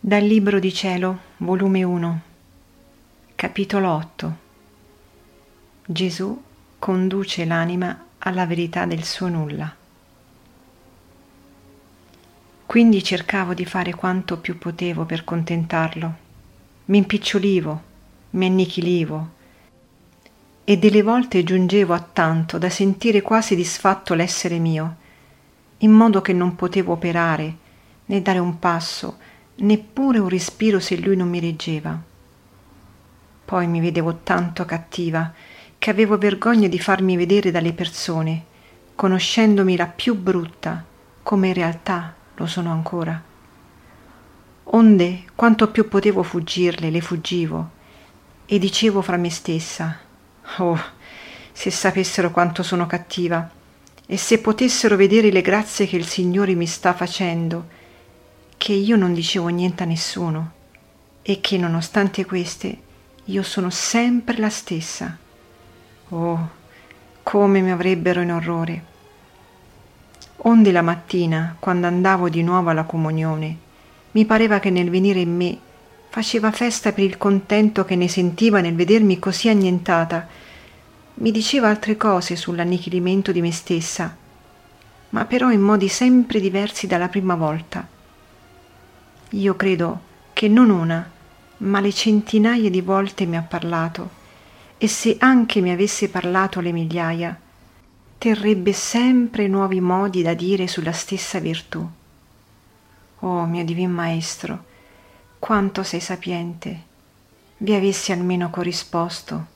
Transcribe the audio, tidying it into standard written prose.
Dal Libro di Cielo, volume 1, capitolo 8. Gesù conduce l'anima alla verità del suo nulla. Quindi cercavo di fare quanto più potevo per contentarlo. Mi impicciolivo, mi annichilivo e delle volte giungevo a tanto da sentire quasi disfatto l'essere mio, in modo che non potevo operare né dare un passo, neppure un respiro se lui non mi reggeva. Poi mi vedevo tanto cattiva che avevo vergogna di farmi vedere dalle persone, conoscendomi la più brutta, come in realtà lo sono ancora. Onde, quanto più potevo fuggirle, le fuggivo, e dicevo fra me stessa: oh, se sapessero quanto sono cattiva, e se potessero vedere le grazie che il Signore mi sta facendo, che io non dicevo niente a nessuno, e che nonostante queste io sono sempre la stessa. Oh, come mi avrebbero in orrore. Onde la mattina, quando andavo di nuovo alla comunione, mi pareva che nel venire in me faceva festa per il contento che ne sentiva nel vedermi così annientata. Mi diceva altre cose sull'annichilimento di me stessa, ma però in modi sempre diversi dalla prima volta. Io credo che non una, ma le centinaia di volte mi ha parlato, e se anche mi avesse parlato le migliaia, terrebbe sempre nuovi modi da dire sulla stessa virtù. Oh mio divin Maestro, quanto sei sapiente! Vi avessi almeno corrisposto.